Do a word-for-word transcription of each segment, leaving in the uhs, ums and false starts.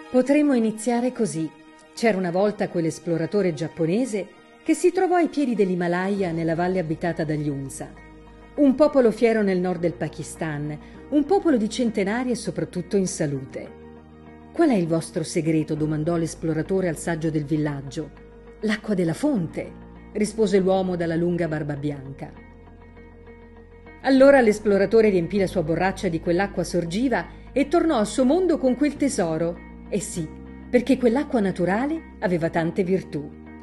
Potremmo iniziare così. C'era una volta quell'esploratore giapponese che si trovò ai piedi dell'Himalaya nella valle abitata dagli Hunza. Un popolo fiero nel nord del Pakistan, un popolo di centenari e soprattutto in salute. «Qual è il vostro segreto?» domandò l'esploratore al saggio del villaggio. «L'acqua della fonte», rispose l'uomo dalla lunga barba bianca. Allora l'esploratore riempì la sua borraccia di quell'acqua sorgiva e tornò al suo mondo con quel tesoro. E sì, perché quell'acqua naturale aveva tante virtù.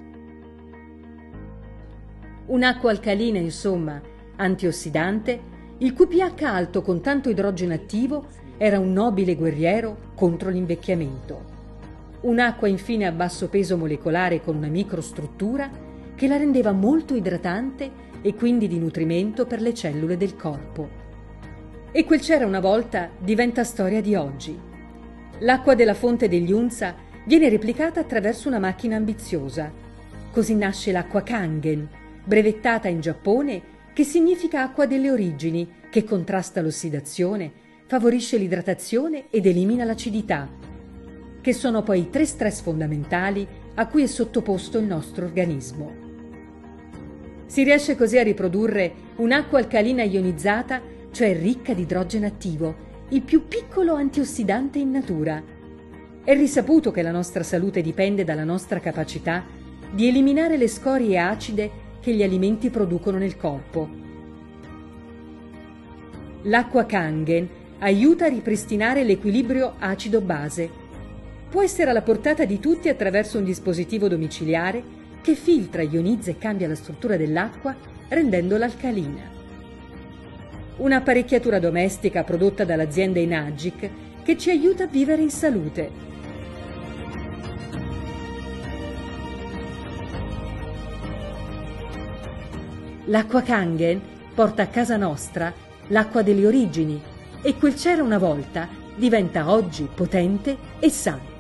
Un'acqua alcalina, insomma, antiossidante, il cui pH alto con tanto idrogeno attivo era un nobile guerriero contro l'invecchiamento. Un'acqua infine a basso peso molecolare con una microstruttura che la rendeva molto idratante e quindi di nutrimento per le cellule del corpo. E quel c'era una volta diventa storia di oggi. L'acqua della fonte degli Hunza viene replicata attraverso una macchina ambiziosa. Così nasce l'acqua Kangen, brevettata in Giappone, che significa acqua delle origini, che contrasta l'ossidazione, favorisce l'idratazione ed elimina l'acidità, che sono poi i tre stress fondamentali a cui è sottoposto il nostro organismo. Si riesce così a riprodurre un'acqua alcalina ionizzata, cioè ricca di idrogeno attivo, il più piccolo antiossidante in natura. È risaputo che la nostra salute dipende dalla nostra capacità di eliminare le scorie acide che gli alimenti producono nel corpo. L'acqua Kangen aiuta a ripristinare l'equilibrio acido-base. Può essere alla portata di tutti attraverso un dispositivo domiciliare che filtra, ionizza e cambia la struttura dell'acqua rendendola alcalina. Un'apparecchiatura domestica prodotta dall'azienda Enagic che ci aiuta a vivere in salute. L'acqua Kangen porta a casa nostra l'acqua delle origini e quel c'era una volta diventa oggi potente e sano.